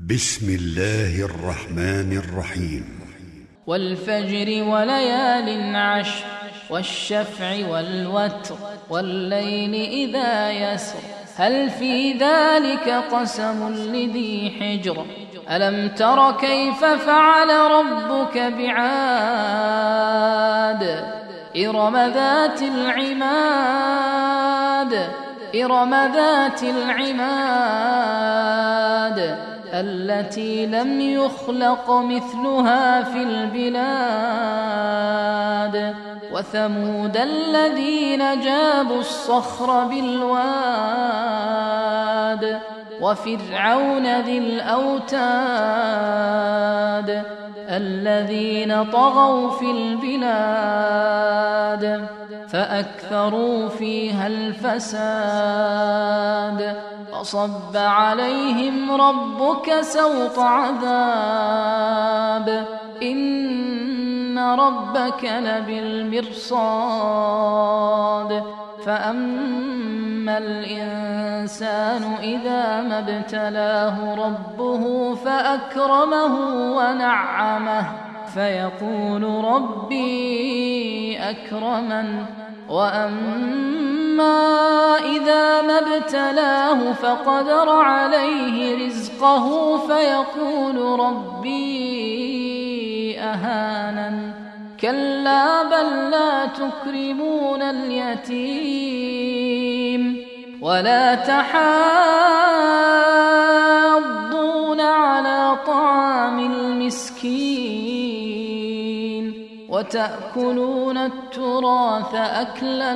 بسم الله الرحمن الرحيم. والفجر وليال عشر والشفع والوتر والليل إذا يسر هل في ذلك قسم لذي حجر ألم تر كيف فعل ربك بعاد إرم ذات العماد التي لم يخلق مثلها في البلاد وثمود الذين جابوا الصخر بالواد وفرعون ذي الأوتاد الذين طغوا في البلاد فأكثروا فيها الفساد فصب عليهم ربك سوط عذاب إن ربك لبالمرصاد فأما الإنسان إذا ما ابتلاه ربه فأكرمه ونعمه فيقول ربي أكرمن وأما إذا ما ابتلاه فقدر عليه رزقه فيقول ربي أهانن كلا بل لا تكرمون اليتيم ولا تحاضون على طعام المسكين وتأكلون التراث أكلا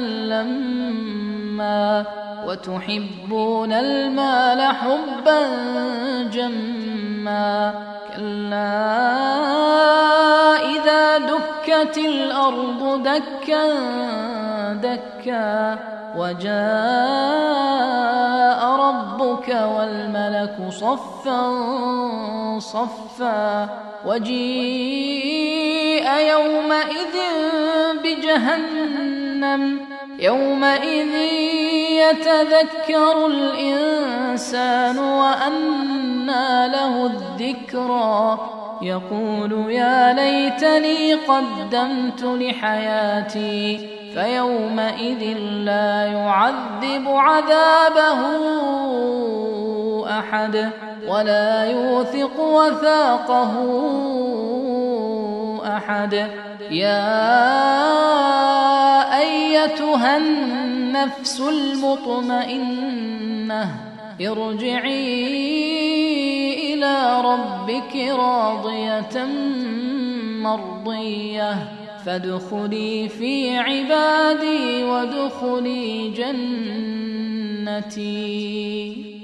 لما وتحبون المال حبا جما كلا إذا دكت الأرض دكا دكا وجاء ربك والملك صفا صفا وجيء يومئذ بجهنم يومئذ يتذكر الإنسان وأنى له الذكرى يقول يا ليتني قدمت لحياتي فيومئذ لا يعذب عذابه أحد ولا يوثق وثاقه أحد يا أيتها النفس المطمئنة ارجعي إلى ربك راضية مرضية فادخلي في عبادي وادخلي جنتي.